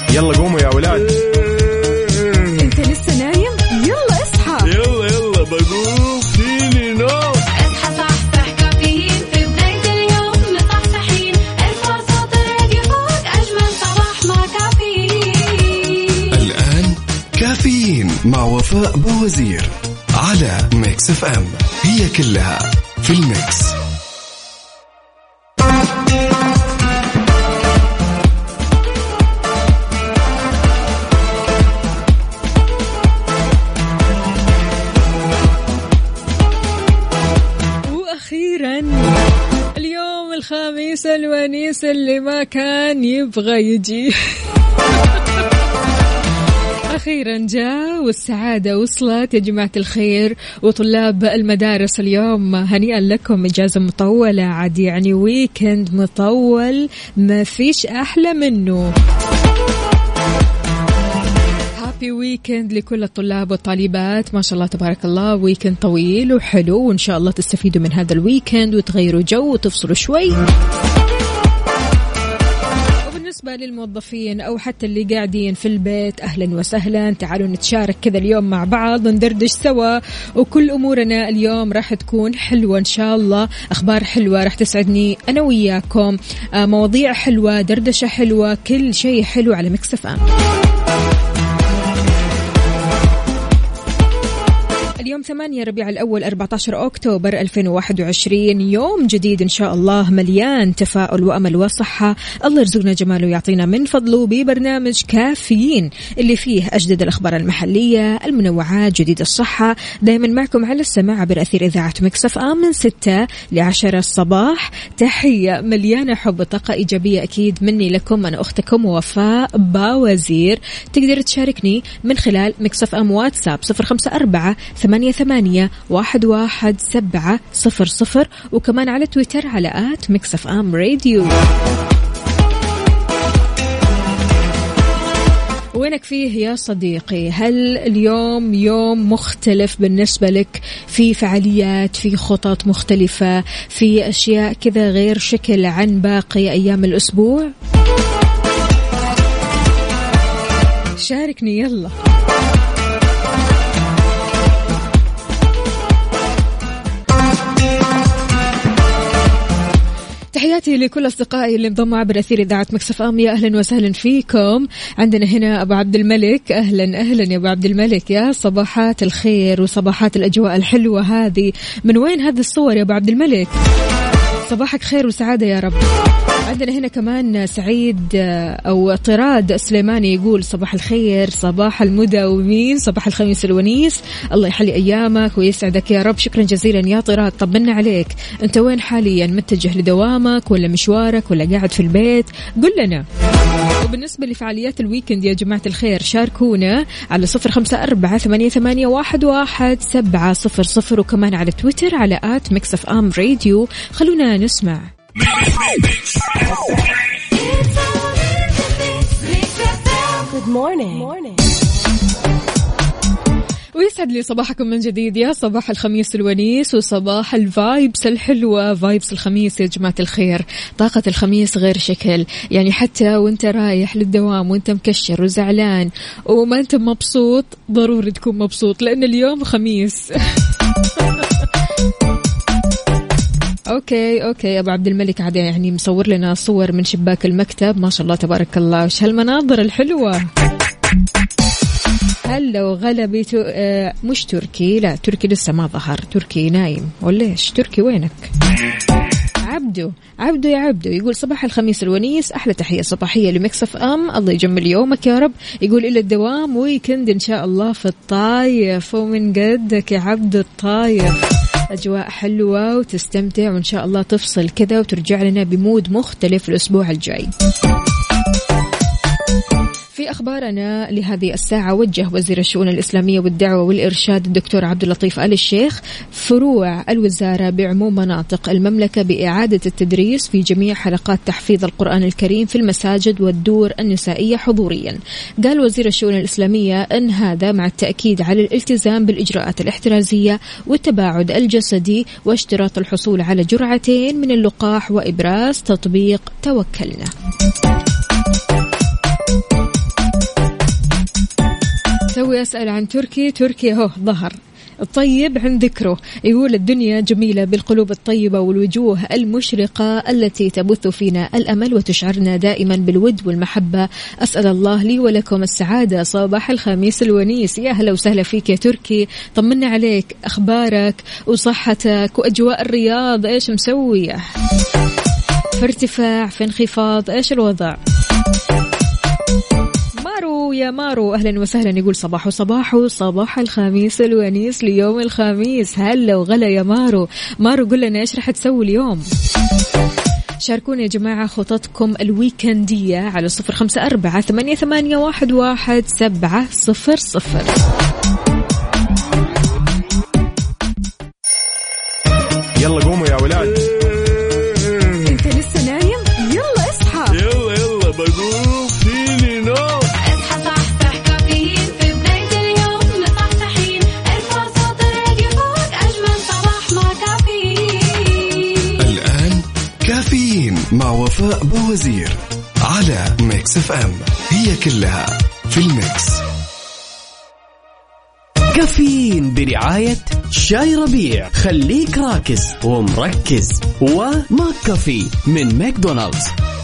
يلا قوموا يا ولاد. انت لسه نايم؟ يلا اصحى. يلا بقوم فيني نوم. اصحى صحصح كافيين في بداية اليوم مصحصحين. ارفع صوت الراديو فوق أجمل صباح مع كافيين. الآن كافيين مع وفاء بوزير على ميكس اف ام. هي كلها في الميكس. وأخيرا اليوم الخميس الونيس اللي ما كان يبغى يجي أخيرا جاء والسعادة وصلت يا جماعة الخير. وطلاب المدارس اليوم هنيئا لكم، إجازة مطولة عاد، يعني ويكند مطول ما فيش أحلى منه. هابي ويكند لكل الطلاب والطالبات، ما شاء الله تبارك الله، ويكند طويل وحلو، وإن شاء الله تستفيدوا من هذا الويكند وتغيروا جو وتفصلوا شوي. بالنسبة للموظفين أو حتى اللي قاعدين في البيت، أهلا وسهلا، تعالوا نتشارك كذا اليوم مع بعض وندردش سوا، وكل أمورنا اليوم راح تكون حلوة إن شاء الله. أخبار حلوة راح تسعدني أنا وياكم، مواضيع حلوة، دردشة حلوة، كل شيء حلو على ميكس اف ام. اليوم 8 ربيع الأول 14 أكتوبر 2021، يوم جديد إن شاء الله مليان تفاؤل وأمل وصحة. الله يرزقنا جماله ويعطينا من فضله ببرنامج كافيين اللي فيه أجدد الأخبار المحلية، المنوعات، جديد الصحة، دايما معكم على السماع عبر أثير إذاعة ميكس اف ام من 6 ل 10 الصباح. تحية مليانة حب وطاقة إيجابية أكيد مني لكم، أنا أختكم وفاء باوزير. تقدر تشاركني من خلال ميكس اف ام واتساب 0548811700، وكمان على تويتر على @mixfmradio. وينك فيه يا صديقي؟ هل اليوم يوم مختلف بالنسبة لك؟ في فعاليات، في خطط مختلفة، في أشياء كذا غير شكل عن باقي أيام الأسبوع؟ شاركني يلا. تحياتي لكل أصدقائي اللي انضموا عبر أثير إذاعة ميكس اف ام، يا أهلا وسهلا فيكم. عندنا هنا أبو عبد الملك، أهلا أهلا يا أبو عبد الملك، يا صباحات الخير وصباحات الأجواء الحلوة هذه. من وين هذه الصور يا أبو عبد الملك؟ صباحك خير وسعادة يا رب. عندنا هنا كمان سعيد أو طراد سليماني يقول صباح الخير، صباح المداومين، صباح الخميس الونيس، الله يحلي أيامك ويسعدك يا رب. شكرا جزيلا يا طراد. طمنا عليك، أنت وين حاليا؟ متجه لدوامك ولا مشوارك ولا قاعد في البيت؟ قل لنا. وبالنسبة لفعاليات الويكند يا جماعة الخير شاركونا على 0548811700، وكمان على تويتر على @mixfmradio. خلونا نسمع. Good morning. ويسعد لي صباحكم من جديد، يا صباح الخميس الونيس وصباح الفايبس الحلوة، فايبس الخميس يا جماعة الخير. طاقة الخميس غير شكل، يعني حتى وانت رايح للدوام وانت مكشر وزعلان وما انت مبسوط، ضروري تكون مبسوط لأن اليوم خميس. اوكي أبو عبد الملك عاد يعني مصور لنا صور من شباك المكتب، ما شاء الله تبارك الله، وش هالمناظر الحلوة. هل لو غلبي مش تركي، لا تركي لسه ما ظهر، تركي نايم ولا ايش؟ تركي وينك؟ عبدو يا عبدو يقول صباح الخميس الونيس، أحلى تحية صباحية لميكس اف ام، الله يجمل يومك يا رب. يقول إلى الدوام، ويكند إن شاء الله في الطايف، ومن قدك يا عبدو الطايف، أجواء حلوة وتستمتع، وإن شاء الله تفصل كذا وترجع لنا بمود مختلف الأسبوع الجاي. في أخبارنا لهذه الساعة، وجه وزير الشؤون الإسلامية والدعوة والإرشاد الدكتور عبد اللطيف آل الشيخ فروع الوزارة بعموم مناطق المملكة بإعادة التدريس في جميع حلقات تحفيظ القرآن الكريم في المساجد والدور النسائية حضوريا. قال وزير الشؤون الإسلامية أن هذا مع التأكيد على الالتزام بالإجراءات الاحترازية والتباعد الجسدي واشتراط الحصول على جرعتين من اللقاح وإبراز تطبيق توكلنا. ويسأل عن تركي هو ظهر الطيب عند ذكره. يقول الدنيا جميلة بالقلوب الطيبة والوجوه المشرقة التي تبث فينا الأمل وتشعرنا دائما بالود والمحبة. أسأل الله لي ولكم السعادة. صباح الخميس الونيس. يا هلا وسهلا فيك يا تركي، طمنا عليك، أخبارك وصحتك وأجواء الرياض إيش مسوية؟ في ارتفاع، في انخفاض، إيش الوضع؟ مارو يا مارو أهلا وسهلا، يقول صباح الخميس الونيس ليوم الخميس. هلا وغلا يا مارو قل لنا إيش رح تسوي اليوم؟ شاركوني يا جماعة خططكم الويكندية على 0548811700. يلا قوموا يا ولاد. انت لسه نايم؟ يلا اصحى. يلا بقوم فيني نوم. اصحى صحصح كافيين في بداية اليوم مصحصحين. ارفع صوت الراديو فوق أجمل صباح مع كافيين. الآن كافيين مع وفاء بوزير على ميكس اف ام، هي كلها في الميكس. كافيين برعاية شاي ربيع، خليك راكز ومركز، وماك كافي من ماكدونالدز.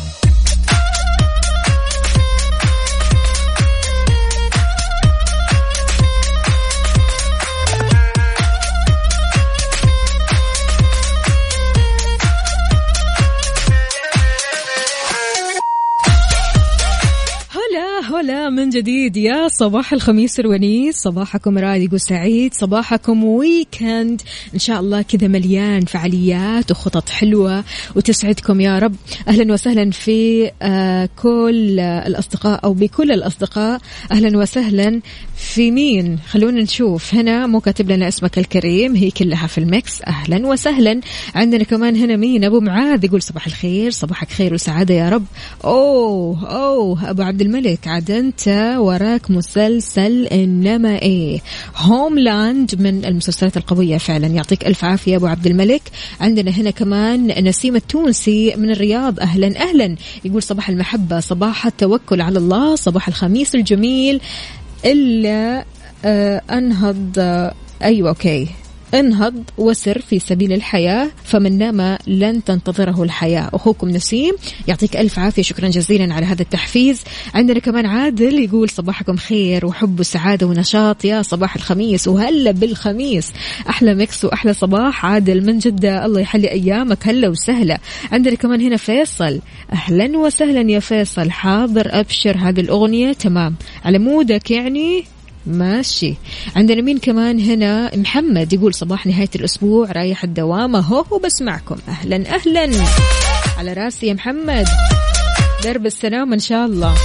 هلا من جديد، يا صباح الخميس الونيس، صباحكم رائق وسعيد، صباحكم ويكند إن شاء الله كذا مليان فعاليات وخطط حلوة وتسعدكم يا رب. أهلا وسهلا في كل الأصدقاء أو بكل الأصدقاء. أهلا وسهلا في مين؟ خلونا نشوف هنا، مو كاتب لنا اسمك الكريم، هي كلها في الميكس. أهلا وسهلا. عندنا كمان هنا مين؟ أبو معاذ يقول صباح الخير، صباحك خير وسعادة يا رب. أوه أبو عبد الملك، عاد أنت وراك مسلسل إنما إيه، هوملاند من المسلسلات القوية فعلا، يعطيك ألف عافية أبو عبد الملك. عندنا هنا كمان نسيم التونسي من الرياض، أهلا يقول صباح المحبة، صباح التوكل على الله، صباح الخميس الجميل. إلا أنهض، أيوة أوكي، انهض وسر في سبيل الحياة، فمن نام لن تنتظره الحياة. أخوكم نسيم، يعطيك ألف عافية، شكرا جزيلا على هذا التحفيز. عندنا كمان عادل يقول صباحكم خير وحب وسعادة ونشاط، يا صباح الخميس وهلا بالخميس، أحلى ميكس وأحلى صباح. عادل من جدة، الله يحلي أيامك، هلا وسهلا. عندنا كمان هنا فيصل، أهلا وسهلا يا فيصل، حاضر أبشر، هذه الأغنية تمام على مودك يعني، ماشي. عندنا مين كمان هنا؟ محمد يقول صباح نهاية الأسبوع، رايح الدوام اهو وبسمعكم. أهلا على راسي يا محمد، درب السلام إن شاء الله.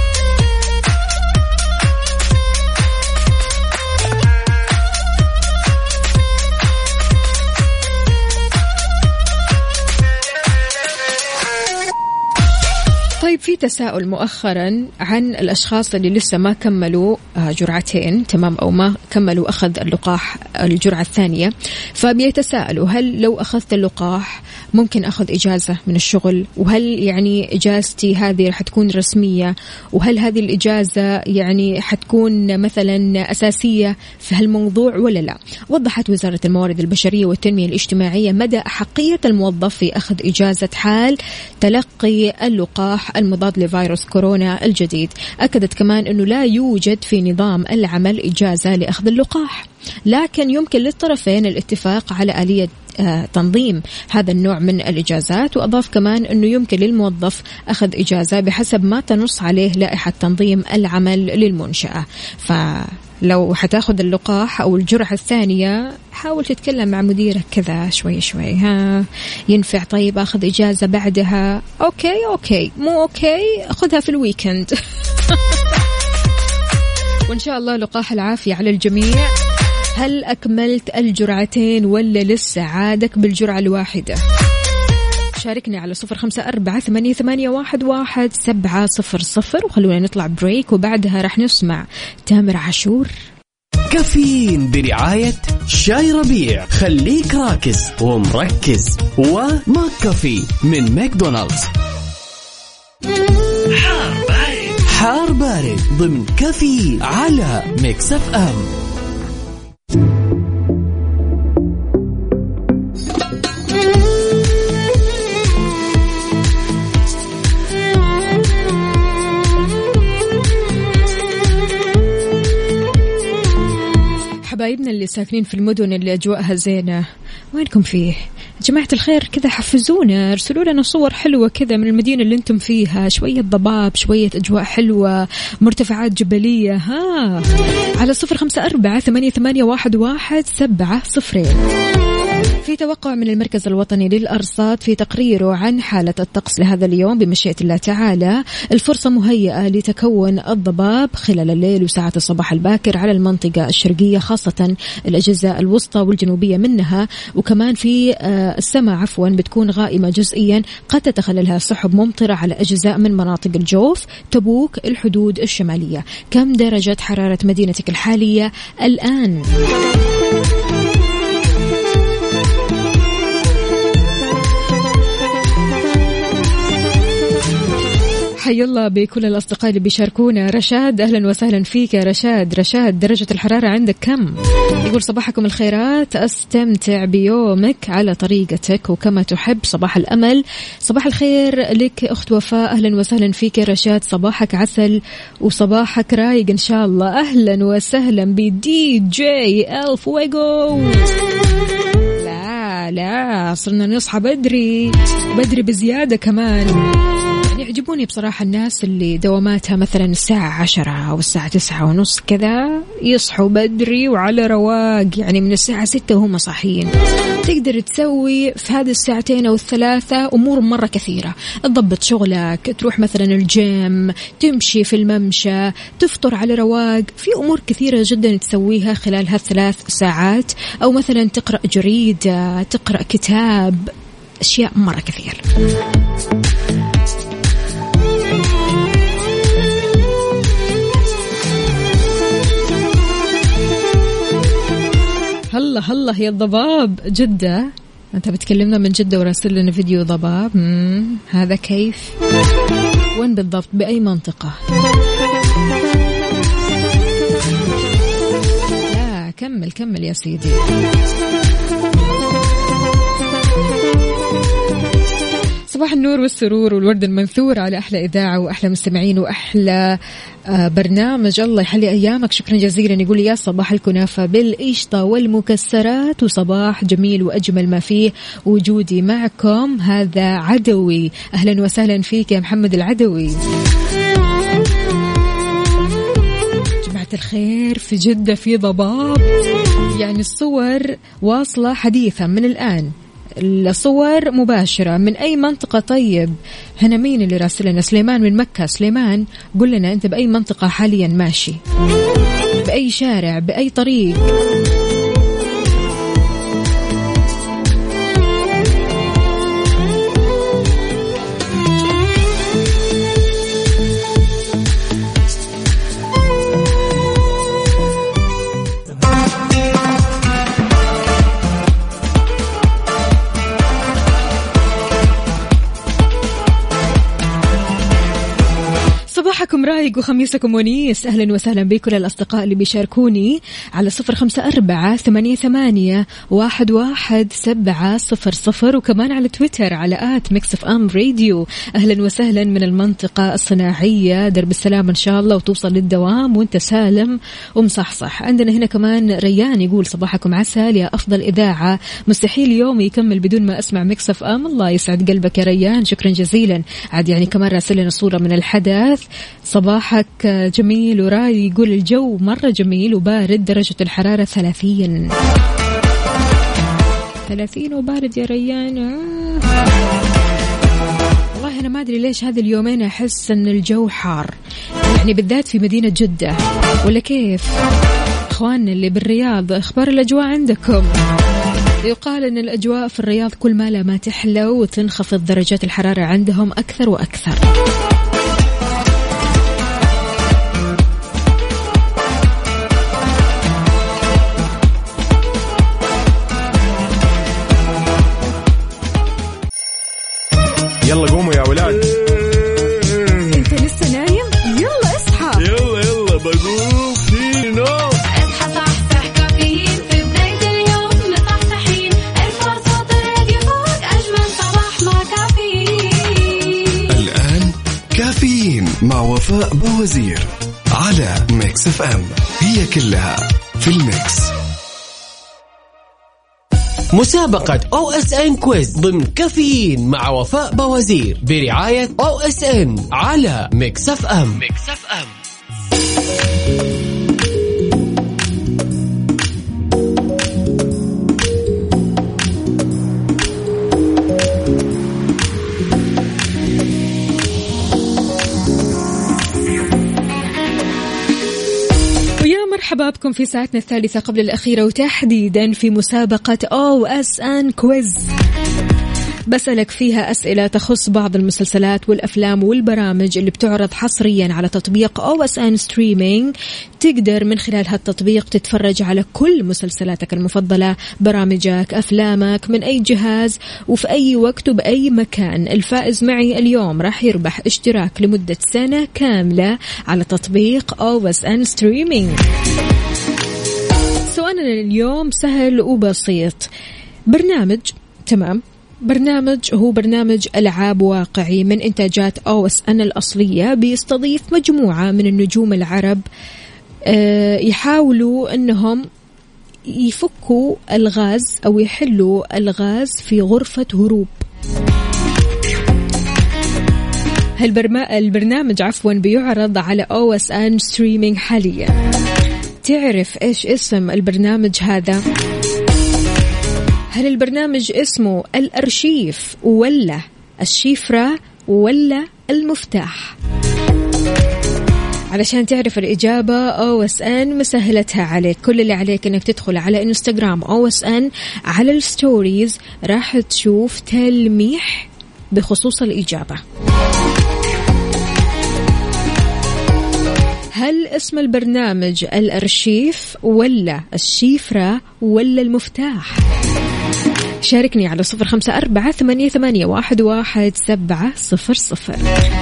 طيب، في تساؤل مؤخرا عن الأشخاص اللي لسه ما كملوا جرعتين، تمام، أو ما كملوا أخذ اللقاح الجرعة الثانية، فبيتساءلوا هل لو أخذت اللقاح ممكن أخذ إجازة من الشغل، وهل يعني إجازتي هذه رح تكون رسمية، وهل هذه الإجازة يعني حتكون مثلا أساسية في هالموضوع ولا لا. وضحت وزارة الموارد البشرية والتنمية الاجتماعية مدى أحقية الموظف في أخذ إجازة حال تلقي اللقاح المضاد لفيروس كورونا الجديد. أكدت كمان أنه لا يوجد في نظام العمل إجازة لأخذ اللقاح، لكن يمكن للطرفين الاتفاق على آلية تنظيم هذا النوع من الإجازات. وأضاف كمان أنه يمكن للموظف أخذ إجازة بحسب ما تنص عليه لائحة تنظيم العمل للمنشأة. فلو حتاخذ اللقاح أو الجرعة الثانية، حاول تتكلم مع مديرك كذا شوي ها، ينفع طيب أخذ إجازة بعدها؟ أوكي مو أوكي، أخذها في الويكند. وإن شاء الله لقاح العافية على الجميع. هل أكملت الجرعتين ولا لسه عادك بالجرعة الواحدة؟ شاركني على 0548811700. وخلونا نطلع بريك، وبعدها رح نسمع تامر عاشور. كافيين برعاية شاي ربيع، خليك راكز ومركز، وماك كافي من ماكدونالدز. حار بارد ضمن كافيين على ميكس اف ام. حبايبنا اللي ساكنين في المدن اللي أجواءها زينة، وينكم فيه؟ جماعة الخير كذا حفزونا، ارسلوا لنا صور حلوة كذا من المدينة اللي انتم فيها، شوية ضباب، شوية أجواء حلوة، مرتفعات جبلية، على 0548811700. في توقع من المركز الوطني للأرصاد في تقريره عن حالة الطقس لهذا اليوم بمشيئة الله تعالى، الفرصة مهيئة لتكون الضباب خلال الليل وساعات الصباح الباكر على المنطقة الشرقية، خاصة الأجزاء الوسطى والجنوبية منها، وكمان في السماء بتكون غائمة جزئيا، قد تتخللها سحب ممطرة على أجزاء من مناطق الجوف، تبوك، الحدود الشمالية. كم درجة حرارة مدينتك الحالية الآن؟ حي الله بكل الأصدقاء اللي بيشاركونا. رشاد أهلا وسهلا فيك يا رشاد. رشاد درجة الحرارة عندك كم؟ يقول صباحكم الخيرات، أستمتع بيومك على طريقتك وكما تحب. صباح الأمل. صباح الخير لك أخت وفاء، أهلا وسهلا فيك يا رشاد. صباحك عسل وصباحك رايق إن شاء الله. أهلا وسهلا بدي جي الفويغو. لا صرنا نصحى بدري بزيادة كمان. يعجبوني بصراحة الناس اللي دواماتها مثلا الساعة 10 أو الساعة 9:30 كذا، يصحوا بدري وعلى رواق، يعني من الساعة 6 وهم صاحيين. تقدر تسوي في هذه الساعتين أو الثلاثة أمور مرة كثيرة، تضبط شغلك، تروح مثلا الجيم، تمشي في الممشى، تفطر على رواق، في أمور كثيرة جدا تسويها خلال هالثلاث ساعات، أو مثلا تقرأ جريدة، تقرأ كتاب، أشياء مرة كثير. هلا يا الضباب جدة، أنت بتكلمنا من جدة وراسل لنا فيديو ضباب. هذا كيف؟ وين بالضبط؟ بأي منطقة؟ لا كمل يا سيدي. صباح النور والسرور والورد المنثور على أحلى إذاعة وأحلى مستمعين وأحلى برنامج. الله يحلي أيامك، شكرا جزيلا. يقول يا صباح الكنافة بالقشطة والمكسرات، وصباح جميل وأجمل ما فيه وجودي معكم. هذا عدوي، أهلا وسهلا فيك يا محمد العدوي. جماعة الخير في جدة في ضباب، يعني الصور واصلة حديثا من الآن، الصور مباشرة من أي منطقة. طيب هنا مين اللي راسلنا؟ سليمان من مكة. سليمان قل لنا أنت بأي منطقة حاليا ماشي، بأي شارع، بأي طريق؟ صباحكم رايق وخميسكم ونيس. أهلا وسهلا بكل الأصدقاء اللي بيشاركوني على 0548811700، وكمان على تويتر على @mixfmradio. أهلا وسهلا من المنطقة الصناعية، درب السلام إن شاء الله وتوصل للدوام وانت سالم ومصحصح. عندنا هنا كمان ريان يقول صباحكم عسل يا أفضل إذاعة، مستحيل يوم يكمل بدون ما أسمع ميكس اف ام. الله يسعد قلبك يا ريان، شكرا جزيلا. عاد يعني كمان راسل لنا صورة من الحدث. صباحك جميل وراي، يقول الجو مرة جميل وبارد، درجة الحرارة 30 وبارد يا ريان. والله أنا ما أدري ليش هذه اليومين أحس أن الجو حار، يعني بالذات في مدينة جدة، ولا كيف؟ أخواننا اللي بالرياض، أخبار الأجواء عندكم؟ يقال أن الأجواء في الرياض كل ما لا ما تحلى وتنخفض درجات الحرارة عندهم أكثر وأكثر. يلا قوموا يا ولاد. انت لسه نايم؟ يلا اصحى. مع وفاء بوزير على ميكس اف ام. هي كلها في الميكس. مسابقة OSN كويز ضمن كافيين مع وفاء بوزير برعاية OSN على ميكس اف ام. مرحبا بكم في ساعتنا الثالثة قبل الأخيرة، وتحديدا في مسابقة OSN كويز. بسألك فيها أسئلة تخص بعض المسلسلات والأفلام والبرامج اللي بتعرض حصريا على تطبيق OSN ستريمينج. تقدر من خلال هالتطبيق تتفرج على كل مسلسلاتك المفضلة، برامجك، أفلامك من أي جهاز وفي أي وقت وبأي مكان. الفائز معي اليوم راح يربح اشتراك لمدة سنة كاملة على تطبيق OSN ستريمينج. سؤالنا اليوم سهل وبسيط. برنامج هو برنامج ألعاب واقعي من إنتاجات OSN الأصلية، بيستضيف مجموعة من النجوم العرب يحاولوا أنهم يفكوا الغاز أو يحلوا الغاز في غرفة هروب. البرنامج بيعرض على OSN ستريمينج حاليا. تعرف إيش اسم البرنامج هذا؟ هل البرنامج اسمه الأرشيف ولا الشفرة ولا المفتاح؟ علشان تعرف الإجابة OSN مسهلتها عليك. كل اللي عليك أنك تدخل على إنستغرام OSN على الستوريز، راح تشوف تلميح بخصوص الإجابة. هل اسم البرنامج الأرشيف ولا الشفرة ولا المفتاح؟ شاركني على 0548811700.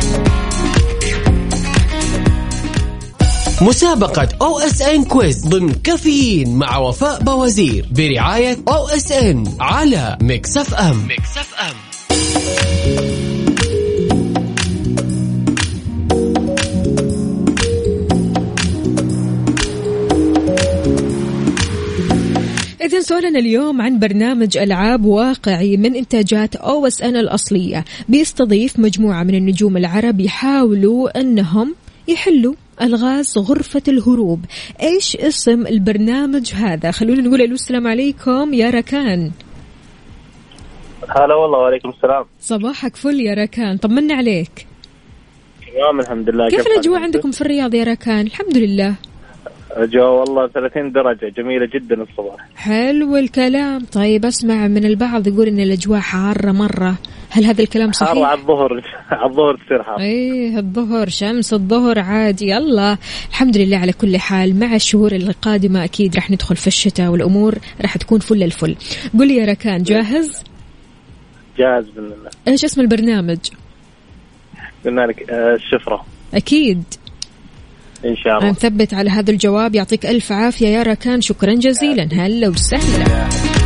مسابقة OSN كويز ضمن كافيين مع وفاء بوزير برعاية OSN على ميكس اف ام. إذن سؤالنا اليوم عن برنامج ألعاب واقعي من إنتاجات OSN الأصلية، بيستضيف مجموعة من النجوم العرب يحاولوا أنهم يحلوا ألغاز غرفة الهروب. إيش اسم البرنامج هذا؟ خلونا نقول ألو. السلام عليكم يا ركان. هلا والله. وعليكم السلام. صباحك فل يا ركان، طمنا عليك. تمام الحمد لله. كيف الأجواء عندكم في الرياض يا ركان؟ الحمد لله. جو والله 30 درجة، جميلة جدا الصباح. حلو الكلام. طيب أسمع من البعض يقول إن الأجواء حارة مرة، هل هذا الكلام صحيح؟ حارة على الظهر تصير حارة. إيه الظهر شمس، الظهر عادي. يلا الحمد لله على كل حال. مع الشهور القادمة أكيد راح ندخل في الشتاء والأمور راح تكون فل الفل. قل لي يا ركان، جاهز؟ جاهز بإذن الله. إيش اسم البرنامج؟ قلنا لك الشفرة. أكيد إن شاء الله. نثبت على هذا الجواب. يعطيك ألف عافية يا ركان، شكرا جزيلا. هلا وسهلا.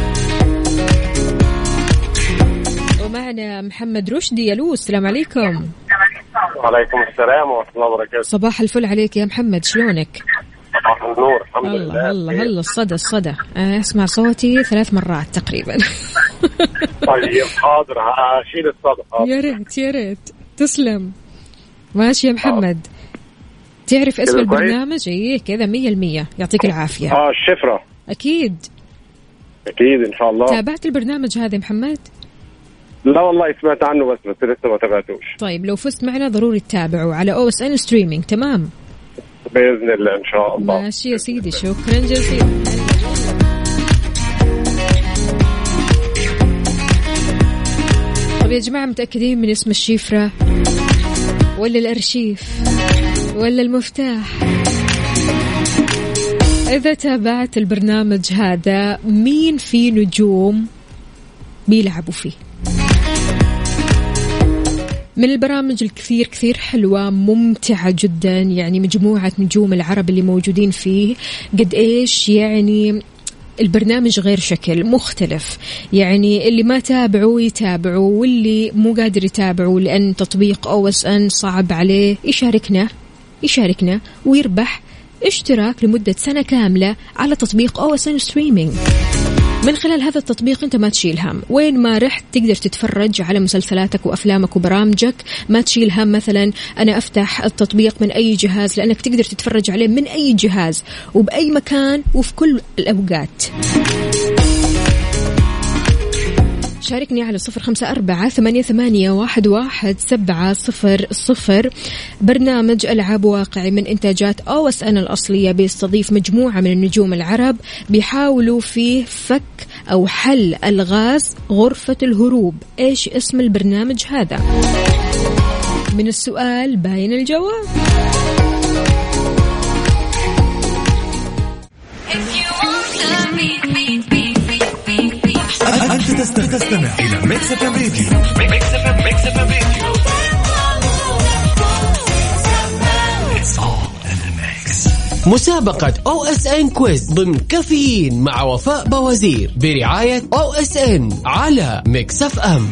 ومعنا محمد رشدي. يلو. السلام عليكم. وعليكم السلام ورحمة الله وبركاته. صباح الفل عليك يا محمد، شلونك؟ صباح النور. الحمد لله. الله الصدى أسمع صوتي 3 مرات تقريبا. طيب حاضر، هشيل الصدى. يا ريت تسلم. ماشي يا محمد. تعرف اسم البرنامج؟ ايه كذا 100%. يعطيك العافية. الشفرة. أكيد إن شاء الله. تابعت البرنامج هذا يا محمد؟ لا والله سمعت عنه بس لسه ما تابعتوش. طيب لو فزت معنا ضروري تتابعه على OSN ستريمينج. تمام بإذن الله إن شاء الله. ماشي يا سيدي، شكرا جزيلا. طيب يا جماعة، متأكدين من اسم الشفرة ولا الأرشيف ولا المفتاح؟ إذا تابعت البرنامج هذا، مين في نجوم بيلعبوا فيه؟ من البرامج الكثير كثير حلوة ممتعة جدا، يعني مجموعة نجوم العرب اللي موجودين فيه قد إيش يعني البرنامج غير شكل مختلف، يعني اللي ما تابعوا يتابعوا، واللي مو قادر يتابعوا لأن تطبيق OSN صعب عليه يشاركنا ويربح اشتراك لمدة سنة كاملة على تطبيق OSN ستريمينج. من خلال هذا التطبيق أنت ما تشيل هم، وين ما رحت تقدر تتفرج على مسلسلاتك وأفلامك وبرامجك، ما تشيل هم مثلا أنا أفتح التطبيق من أي جهاز، لأنك تقدر تتفرج عليه من أي جهاز وبأي مكان وفي كل الأوقات. شاركني على 0548811700. برنامج ألعاب واقعي من إنتاجات OSN الأصلية بيستضيف مجموعة من النجوم العرب بيحاولوا فيه فك أو حل ألغاز غرفة الهروب. إيش اسم البرنامج هذا؟ من السؤال باين الجواب. أنت تستمع إلى ميكس اف ام راديو. مسابقة OSN كويز ضمن كافيين مع وفاء بوازير برعاية OSN على ميكس اف ام.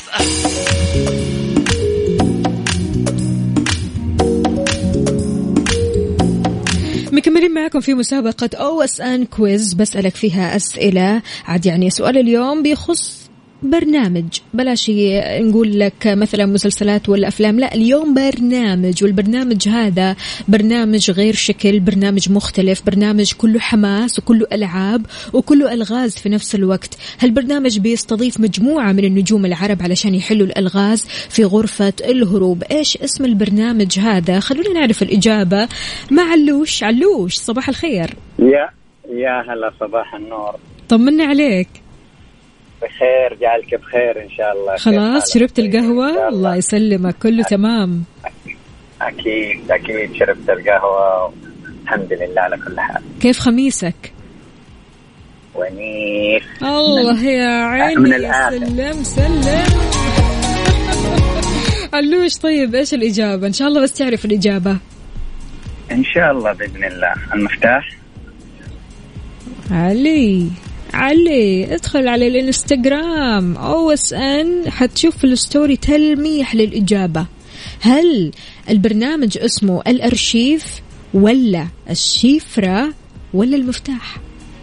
مكملين معكم في مسابقة OSN كويز، بسألك فيها أسئلة عاد، يعني سؤال اليوم بيخص برنامج، بلاش نقول لك مثلا مسلسلات ولا أفلام، لا اليوم برنامج، والبرنامج هذا برنامج غير شكل، برنامج مختلف، برنامج كله حماس وكله ألعاب وكله ألغاز في نفس الوقت. هالبرنامج بيستضيف مجموعة من النجوم العرب علشان يحلوا الألغاز في غرفة الهروب. إيش اسم البرنامج هذا؟ خلونا نعرف الإجابة مع علوش. صباح الخير. يا هلا، صباح النور. طمنا عليك. بخير، جعلك بخير إن شاء الله. خلاص شربت القهوة؟ الله يسلمك، كله تمام. أكيد شربت القهوة، الحمد لله على كل حال. كيف خميسك؟ ونيف الله يا عيني، سلم علوش. طيب إيش الإجابة؟ إن شاء الله بس تعرف الإجابة. إن شاء الله بإذن الله. المفتاح. علي ادخل على الانستغرام OSN، حتشوف في الستوري تلميح للإجابة. هل البرنامج اسمه الأرشيف ولا الشفرة ولا المفتاح؟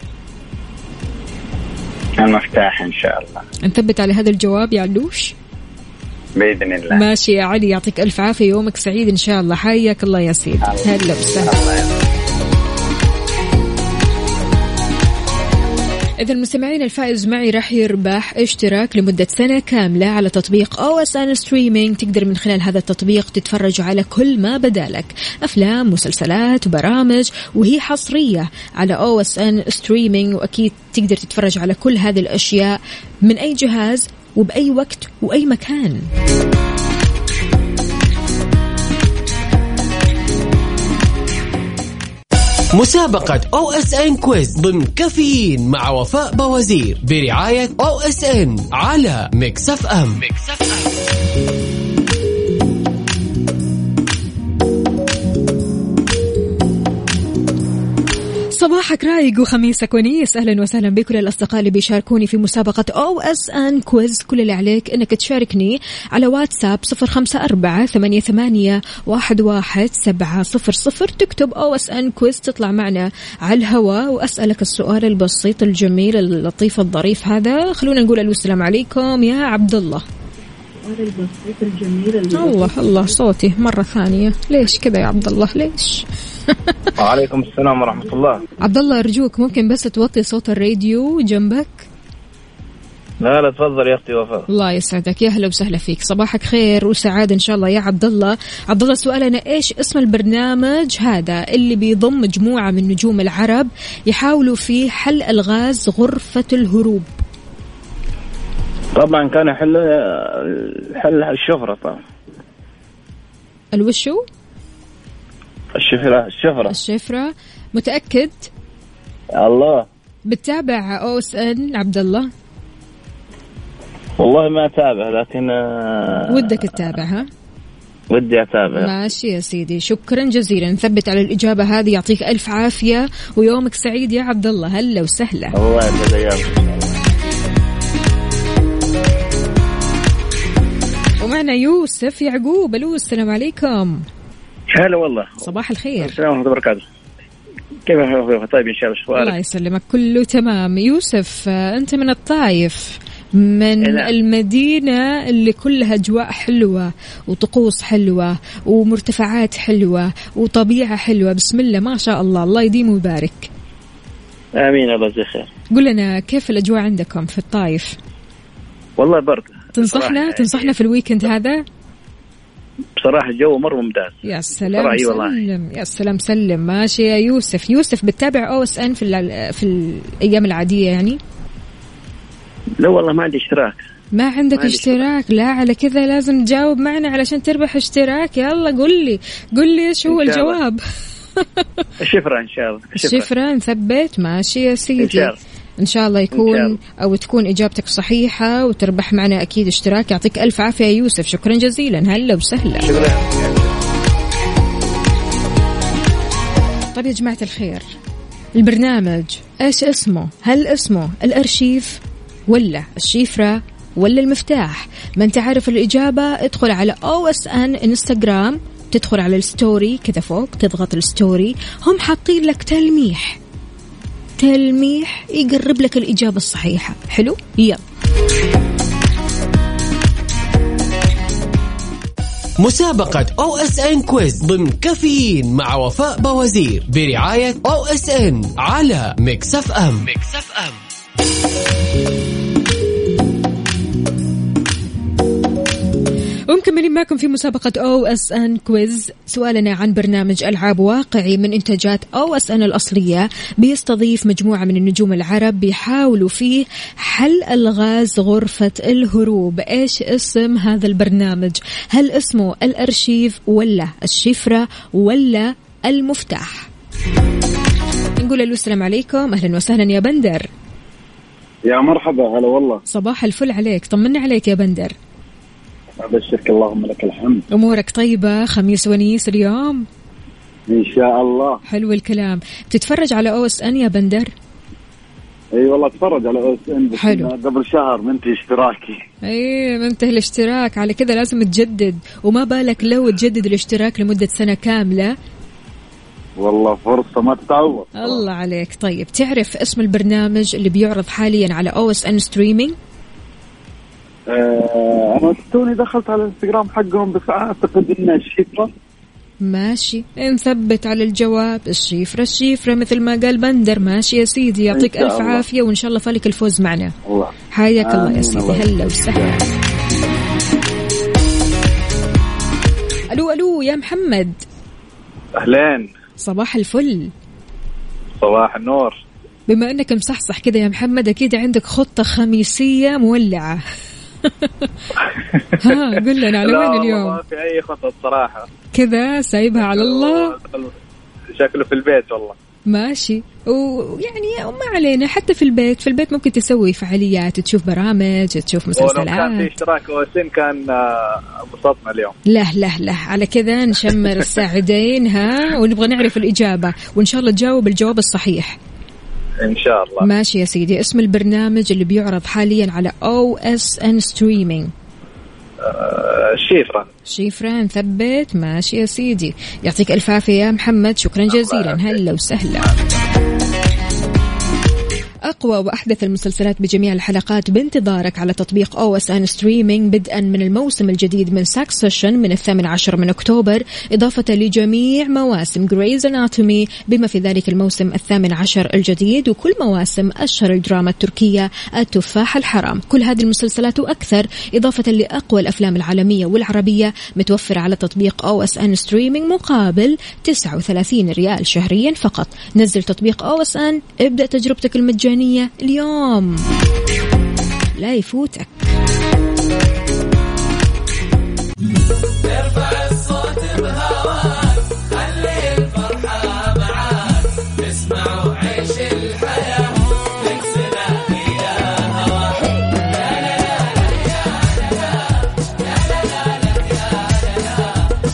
المفتاح إن شاء الله. نثبت على هذا الجواب يا علوش بإذن الله. ماشي يا علي، يعطيك ألف عافية، يومك سعيد إن شاء الله. حياك الله يا سيدي. هلا وسهلا. إذا المستمعين، الفائز معي راح يربح اشتراك لمدة سنة كاملة على تطبيق OSN ستريمينج. تقدر من خلال هذا التطبيق تتفرج على كل ما بدالك، أفلام، مسلسلات، برامج، وهي حصرية على OSN ستريمينج. وأكيد تقدر تتفرج على كل هذه الأشياء من أي جهاز وبأي وقت وأي مكان. مسابقة OSN كويز ضمن كافيين مع وفاء بوازير برعاية OSN على ميكس اف ام. صباحك رايق وخميسك ونيس. أهلا وسهلا بكل الأصدقاء اللي بيشاركوني في مسابقة OSN كويز. كل اللي عليك أنك تشاركني على واتساب 0548811700. تكتب OSN كويز تطلع معنا على الهواء وأسألك السؤال البسيط الجميل اللطيف الظريف هذا. خلونا نقول السلام عليكم يا عبد الله. الله صوتي مرة ثانية، ليش كذا يا عبد الله ليش؟ وعليكم السلام ورحمة الله. عبد الله أرجوك ممكن بس توطي صوت الراديو جنبك؟ لا تفضل يا أختي وفاء. الله يسعدك، يا هلا وسهلا فيك، صباحك خير وسعادة إن شاء الله يا عبد الله. عبد الله سؤالنا إيش اسم البرنامج هذا اللي بيضم مجموعة من نجوم العرب يحاولوا فيه حل ألغاز غرفة الهروب؟ طبعا كان حل الشفرة. طبعا الوشو؟ الشفرة. متأكد؟ الله. بتتابع OSN عبد الله؟ والله ما أتابع، لكن ودك تتابعها؟ ودي أتابع. ماشي يا سيدي، شكرا جزيلا، نثبت على الإجابة هذه. يعطيك ألف عافية ويومك سعيد يا عبد الله. هلا وسهلا. الله يسعدك. ومعنا يوسف يعقوب. ألو السلام عليكم. هلا والله. صباح الخير. السلام ورحمة الله وبركاته. كيف طيب إن شاء الله. الله يسلمك، كله تمام. يوسف أنت من الطايف، من المدينة اللي كلها أجواء حلوة وطقوس حلوة ومرتفعات حلوة وطبيعة حلوة. بسم الله ما شاء الله، الله يديم ويبارك. آمين. الله يجزيك خير. قل لنا كيف الأجواء عندكم في الطايف؟ والله برد. تنصحنا في الويكند هذا؟ بصراحة الجو مرة ممتاز. يا سلام سلم، يا سلام سلم. ماشي يا يوسف. يوسف بتتابع OSN في الأيام العادية يعني؟ لا والله ما عندي اشتراك. ما عندك اشتراك؟ لا على كذا لازم تجاوب معنا علشان تربح اشتراك. يلا قل لي ايش هو الجواب. الشفرة ان شاء الله. الشفرة نثبت. ماشي يا سيدي، إن شاء الله يكون أو تكون إجابتك صحيحة وتربح معنا أكيد اشتراك. يعطيك ألف عافية يا يوسف، شكرا جزيلا. هلا وسهلا. طيب يا جماعة الخير، البرنامج إيش اسمه؟ هل اسمه الأرشيف ولا الشفرة ولا المفتاح؟ ما أنت عارف الإجابة، ادخل على OSN إنستغرام، تدخل على الستوري كذا فوق، تضغط الستوري، هم حاطين لك تلميح يقرب لك الإجابة الصحيحة. حلو، يلا. مسابقة OSN كويز ضمن كافيين مع وفاء بوازير برعاية OSN على ميكس اف ام. ومكملين معكم في مسابقة OSN كويز. سؤالنا عن برنامج ألعاب واقعي من إنتاجات OSN الأصلية، بيستضيف مجموعة من النجوم العرب بيحاولوا فيه حل ألغاز غرفة الهروب. إيش اسم هذا البرنامج؟ هل اسمه الأرشيف ولا الشفرة ولا المفتاح؟ نقول له السلام عليكم. أهلا وسهلا يا بندر. يا مرحبا. هلا والله. صباح الفل عليك، طمنا عليك يا بندر. أبشرك، اللهم لك الحمد. أمورك طيبة؟ خميس ونيس اليوم إن شاء الله. حلو الكلام. تتفرج على OSN يا بندر؟ أي والله أتفرج على OSN، حلو. قبل شهر منتهي اشتراكي. أي منتهي الاشتراك، على كذا لازم تجدد، وما بالك لو تجدد الاشتراك لمدة سنة كاملة. والله فرصة ما تتعوض. الله عليك. طيب تعرف اسم البرنامج اللي بيعرض حاليا على OSN ستريمينج؟ أنا توني دخلت على الانستغرام حقهم، بس أعتقد إنها الشفرة. ماشي، نثبت على الجواب. الشفرة مثل ما قال بندر. ماشي يا سيدي، يعطيك ألف عافية وإن شاء الله فالك الفوز معنا. الله حياك الله يا سيدي. هلا وسهلا. ألو يا محمد. أهلين. صباح الفل. صباح النور. بما أنك مصحصح كذا يا محمد، أكيد عندك خطة خميسية مولعة. ها قل لنا على وين اليوم؟ ما في أي خطة صراحة، كذا سايبها على الله. شكله في البيت والله. ماشي، ويعني ما علينا، حتى في البيت ممكن تسوي فعاليات، تشوف برامج، تشوف مسلسلات. كان في اشتراك OSN كان انبسطنا اليوم. لا على كذا نشمر الساعدين ها، ونبغى نعرف الإجابة، وإن شاء الله تجاوب الجواب الصحيح إن شاء الله. ماشي يا سيدي. اسم البرنامج اللي بيعرض حاليا على OSN ستريمينج؟ الشفرة نثبت. ماشي يا سيدي، يعطيك ألف عافية يا محمد، شكرا جزيلا. هلا وسهلا. أقوى وأحدث المسلسلات بجميع الحلقات بانتظارك على تطبيق OSN ستريمينج، بدءا من الموسم الجديد من ساكسيشن من 18 من أكتوبر، إضافة لجميع مواسم Grey's Anatomy بما في ذلك الموسم 18 الجديد، وكل مواسم أشهر الدراما التركية التفاح الحرام. كل هذه المسلسلات وأكثر، إضافة لأقوى الأفلام العالمية والعربية، متوفرة على تطبيق OSN ستريمينج مقابل 39 ريال شهريا فقط. نزل تطبيق OSN، ابدأ تجربتك المجانية اليوم، لا يفوتك. ارفع الصوت بهواك، خلي الفرحة معاك، اسمع وعيش الحياة، تكسنا فيها هواك. لا لا لا لا لا لا لا لا لا لا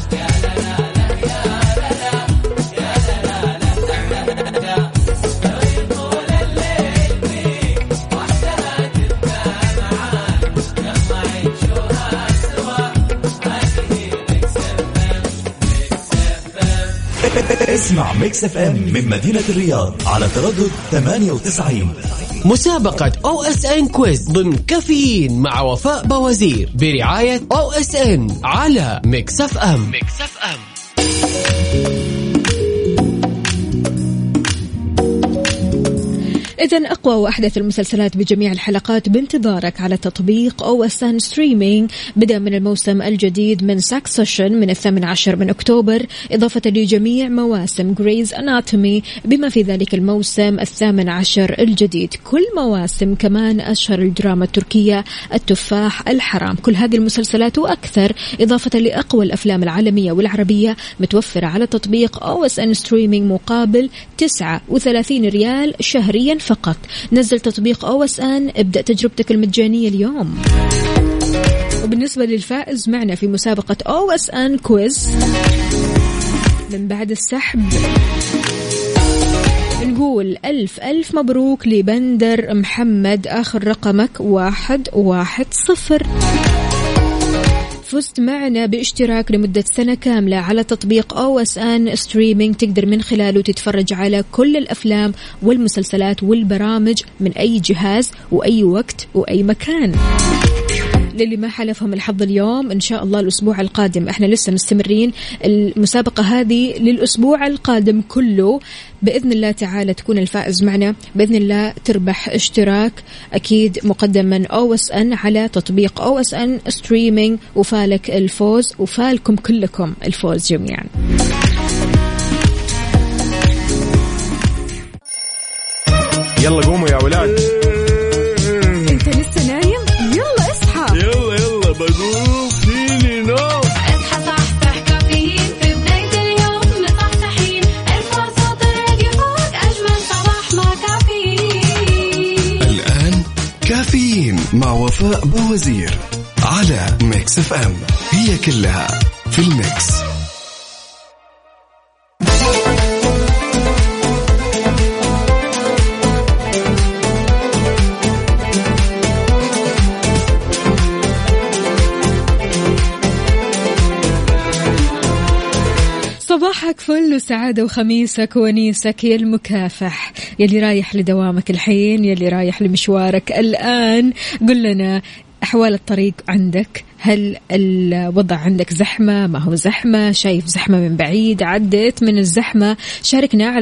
اسمع ميكس اف ام من مدينة الرياض على تردد 98. مسابقة OSN كويز ضمن كافيين مع وفاء بوازير برعاية OSN على ميكس اف ام. إذن أقوى وأحدث المسلسلات بجميع الحلقات بانتظارك على تطبيق OSN ستريمينج. بدأ من الموسم الجديد من ساكسيشن من 18 من أكتوبر، إضافة لجميع مواسم Grey's Anatomy بما في ذلك الموسم 18 الجديد. كل مواسم كمان أشهر الدراما التركية التفاح الحرام. كل هذه المسلسلات وأكثر إضافة لأقوى الأفلام العالمية والعربية متوفرة على تطبيق OSN ستريمينج مقابل 39 ريال شهريا فقط. نزل تطبيق OSN، ابدأ تجربتك المجانية اليوم. وبالنسبة للفائز معنا في مسابقة OSN كويز من بعد السحب نقول ألف مبروك لبندر محمد، آخر رقمك 110. فزت معنا باشتراك لمدة سنة كاملة على تطبيق OSN ستريمينج، تقدر من خلاله تتفرج على كل الأفلام والمسلسلات والبرامج من أي جهاز وأي وقت وأي مكان. للي ما حلفهم الحظ اليوم إن شاء الله الأسبوع القادم، احنا لسه مستمرين المسابقة هذه للأسبوع القادم كله بإذن الله تعالى. تكون الفائز معنا بإذن الله، تربح اشتراك أكيد مقدم من OSN على تطبيق OSN ستريمينج، وفالك الفوز وفالكم كلكم الفوز جميعا. يلا قوموا يا ولاد. انت لسه نايم؟ يلا اصحى. يلا بقوم فيني نوم. اصحى صحصح كافيين في بداية اليوم مصحصحين، ارفع صوت الراديو فوق أجمل صباح مع كافيين. الآن كافيين مع وفاء بوازير على ميكس اف ام، هي كلها في الميكس. صباحك فل وسعادة وخميسك ونيسك يا المكافح، يلي رايح لدوامك الحين، يلي رايح لمشوارك الآن. قل لنا أحوال الطريق عندك، هل الوضع عندك زحمة؟ ما هو زحمة؟ شايف زحمة من بعيد؟ عدت من الزحمة؟ شاركنا على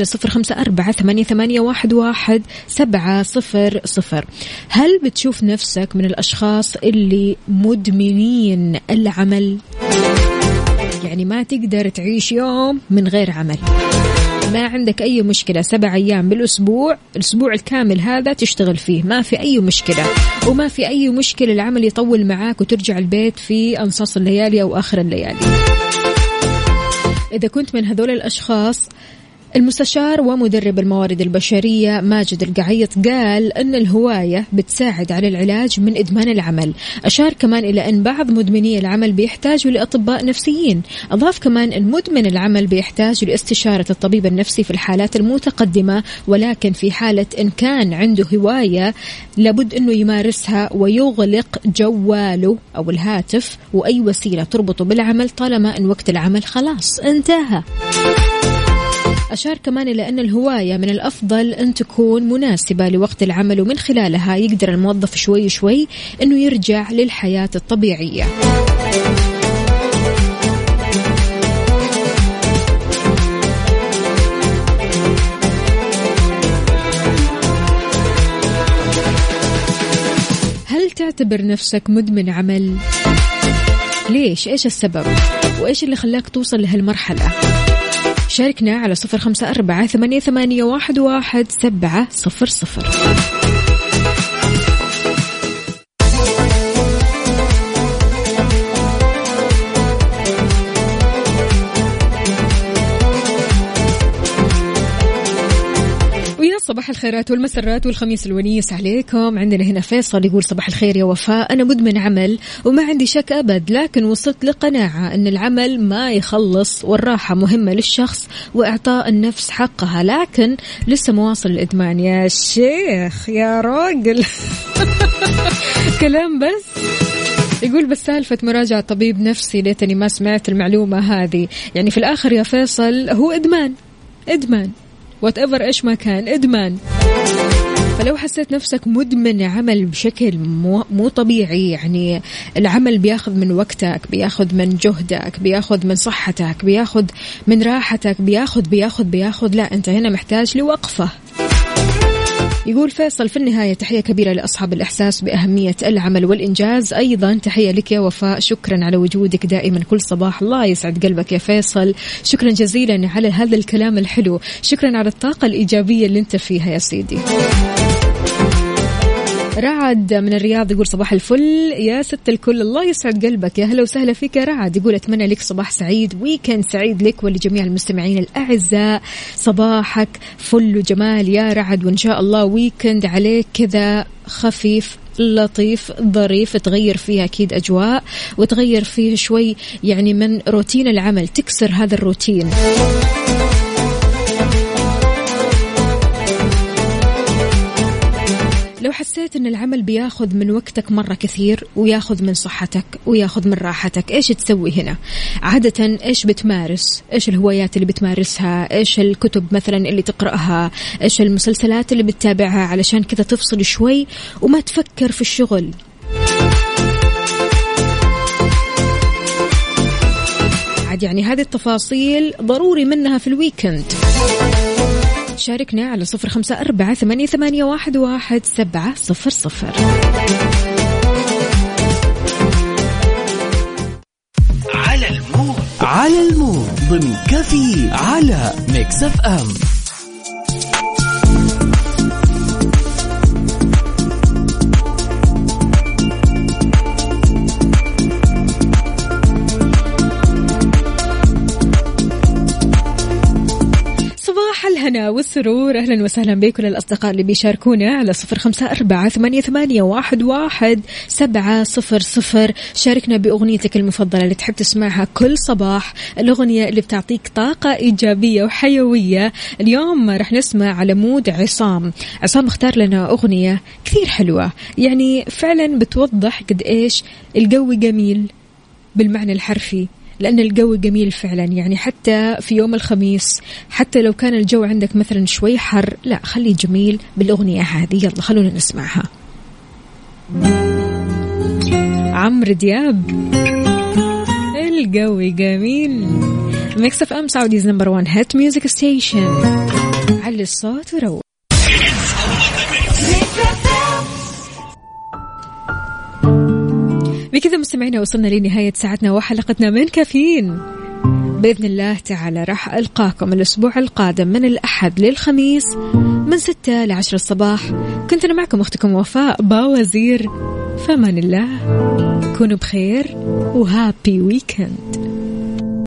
0548811700. هل بتشوف نفسك من الأشخاص اللي مدمنين العمل؟ يعني ما تقدر تعيش يوم من غير عمل، ما عندك أي مشكلة 7 أيام بالأسبوع، الأسبوع الكامل هذا تشتغل فيه، ما في أي مشكلة. وما في أي مشكلة العمل يطول معاك وترجع البيت في أنصاص الليالي أو آخر الليالي. إذا كنت من هذول الأشخاص، المستشار ومدرب الموارد البشرية ماجد القعيط قال أن الهواية بتساعد على العلاج من إدمان العمل. أشار كمان إلى أن بعض مدمني العمل بيحتاجوا لأطباء نفسيين. أضاف كمان أن مدمن العمل بيحتاج لاستشارة الطبيب النفسي في الحالات المتقدمة، ولكن في حالة إن كان عنده هواية لابد أنه يمارسها ويغلق جواله أو الهاتف وأي وسيلة تربطه بالعمل طالما أن وقت العمل خلاص انتهى. أشار كمان إلى أن الهواية من الأفضل أن تكون مناسبة لوقت العمل، ومن خلالها يقدر الموظف شوي شوي أنه يرجع للحياة الطبيعية. هل تعتبر نفسك مدمن عمل؟ ليش؟ إيش السبب؟ وإيش اللي خلاك توصل لهالمرحلة؟ شاركنا على 0548811700. صباح الخيرات والمسرات والخميس الونيس عليكم. عندنا هنا فيصل يقول صباح الخير يا وفاء، أنا مدمن عمل وما عندي شك أبد، لكن وصلت لقناعة أن العمل ما يخلص والراحة مهمة للشخص وإعطاء النفس حقها، لكن لسه مواصل الإدمان. يا شيخ يا راجل كلام بس. يقول بس سالفة مراجعة طبيب نفسي ليتني ما سمعت المعلومة هذه. يعني في الآخر يا فيصل هو إدمان whatever إيش ما كان إدمان. فلو حسيت نفسك مدمن عمل بشكل مو طبيعي، يعني العمل بياخذ من وقتك، بياخذ من جهدك، بياخذ من صحتك، بياخذ من راحتك، بياخذ لا، أنت هنا محتاج لوقفة. يقول فيصل في النهاية تحية كبيرة لأصحاب الإحساس بأهمية العمل والإنجاز. أيضا تحية لك يا وفاء، شكرا على وجودك دائما كل صباح. الله يسعد قلبك يا فيصل، شكرا جزيلا على هذا الكلام الحلو، شكرا على الطاقة الإيجابية اللي انت فيها يا سيدي. رعد من الرياض يقول صباح الفل يا ست الكل، الله يسعد قلبك، يا هلا وسهلا فيك يا رعد. يقول أتمنى لك صباح سعيد، ويكند سعيد لك ولجميع المستمعين الأعزاء. صباحك فل وجمال يا رعد، وإن شاء الله ويكند عليك كذا خفيف لطيف ظريف، تغير فيه أكيد أجواء وتغير فيه شوي يعني من روتين العمل، تكسر هذا الروتين. لو حسيت أن العمل بياخذ من وقتك مرة كثير وياخذ من صحتك وياخذ من راحتك، إيش تسوي هنا؟ عادة إيش بتمارس؟ إيش الهوايات اللي بتمارسها؟ إيش الكتب مثلا اللي تقرأها؟ إيش المسلسلات اللي بتتابعها علشان كذا تفصل شوي وما تفكر في الشغل؟ عاد يعني هذه التفاصيل ضروري منها في الويكند. شاركنا على 0548811700. على المود ضمن كافيين على ميكس اف ام. الهنا والسرور، أهلا وسهلا بكل الأصدقاء اللي بيشاركونا على 0548811700. شاركنا بأغنيتك المفضلة اللي تحب تسمعها كل صباح، الأغنية اللي بتعطيك طاقة إيجابية وحيوية. اليوم رح نسمع على مود عصام اختار لنا أغنية كثير حلوة، يعني فعلا بتوضح قد إيش الجو جميل بالمعنى الحرفي، لأن الجو جميل فعلا. يعني حتى في يوم الخميس، حتى لو كان الجو عندك مثلا شوي حر، لا خليه جميل بالأغنية هذه. يلا خلونا نسمعها. عمرو دياب، الجو جميل. ميكس اف ام سعوديز نمبر 1 هيت ميوزك ستيشن. علي الصوت وروح. بكذا مستمعينا وصلنا لنهاية ساعتنا وحلقتنا من كافيين. بإذن الله تعالى راح ألقاكم الأسبوع القادم من الأحد للخميس من 6 ل 10 الصباح. كنت أنا معكم أختكم وفاء باوزير، فمان الله، كونوا بخير وهابي ويكند.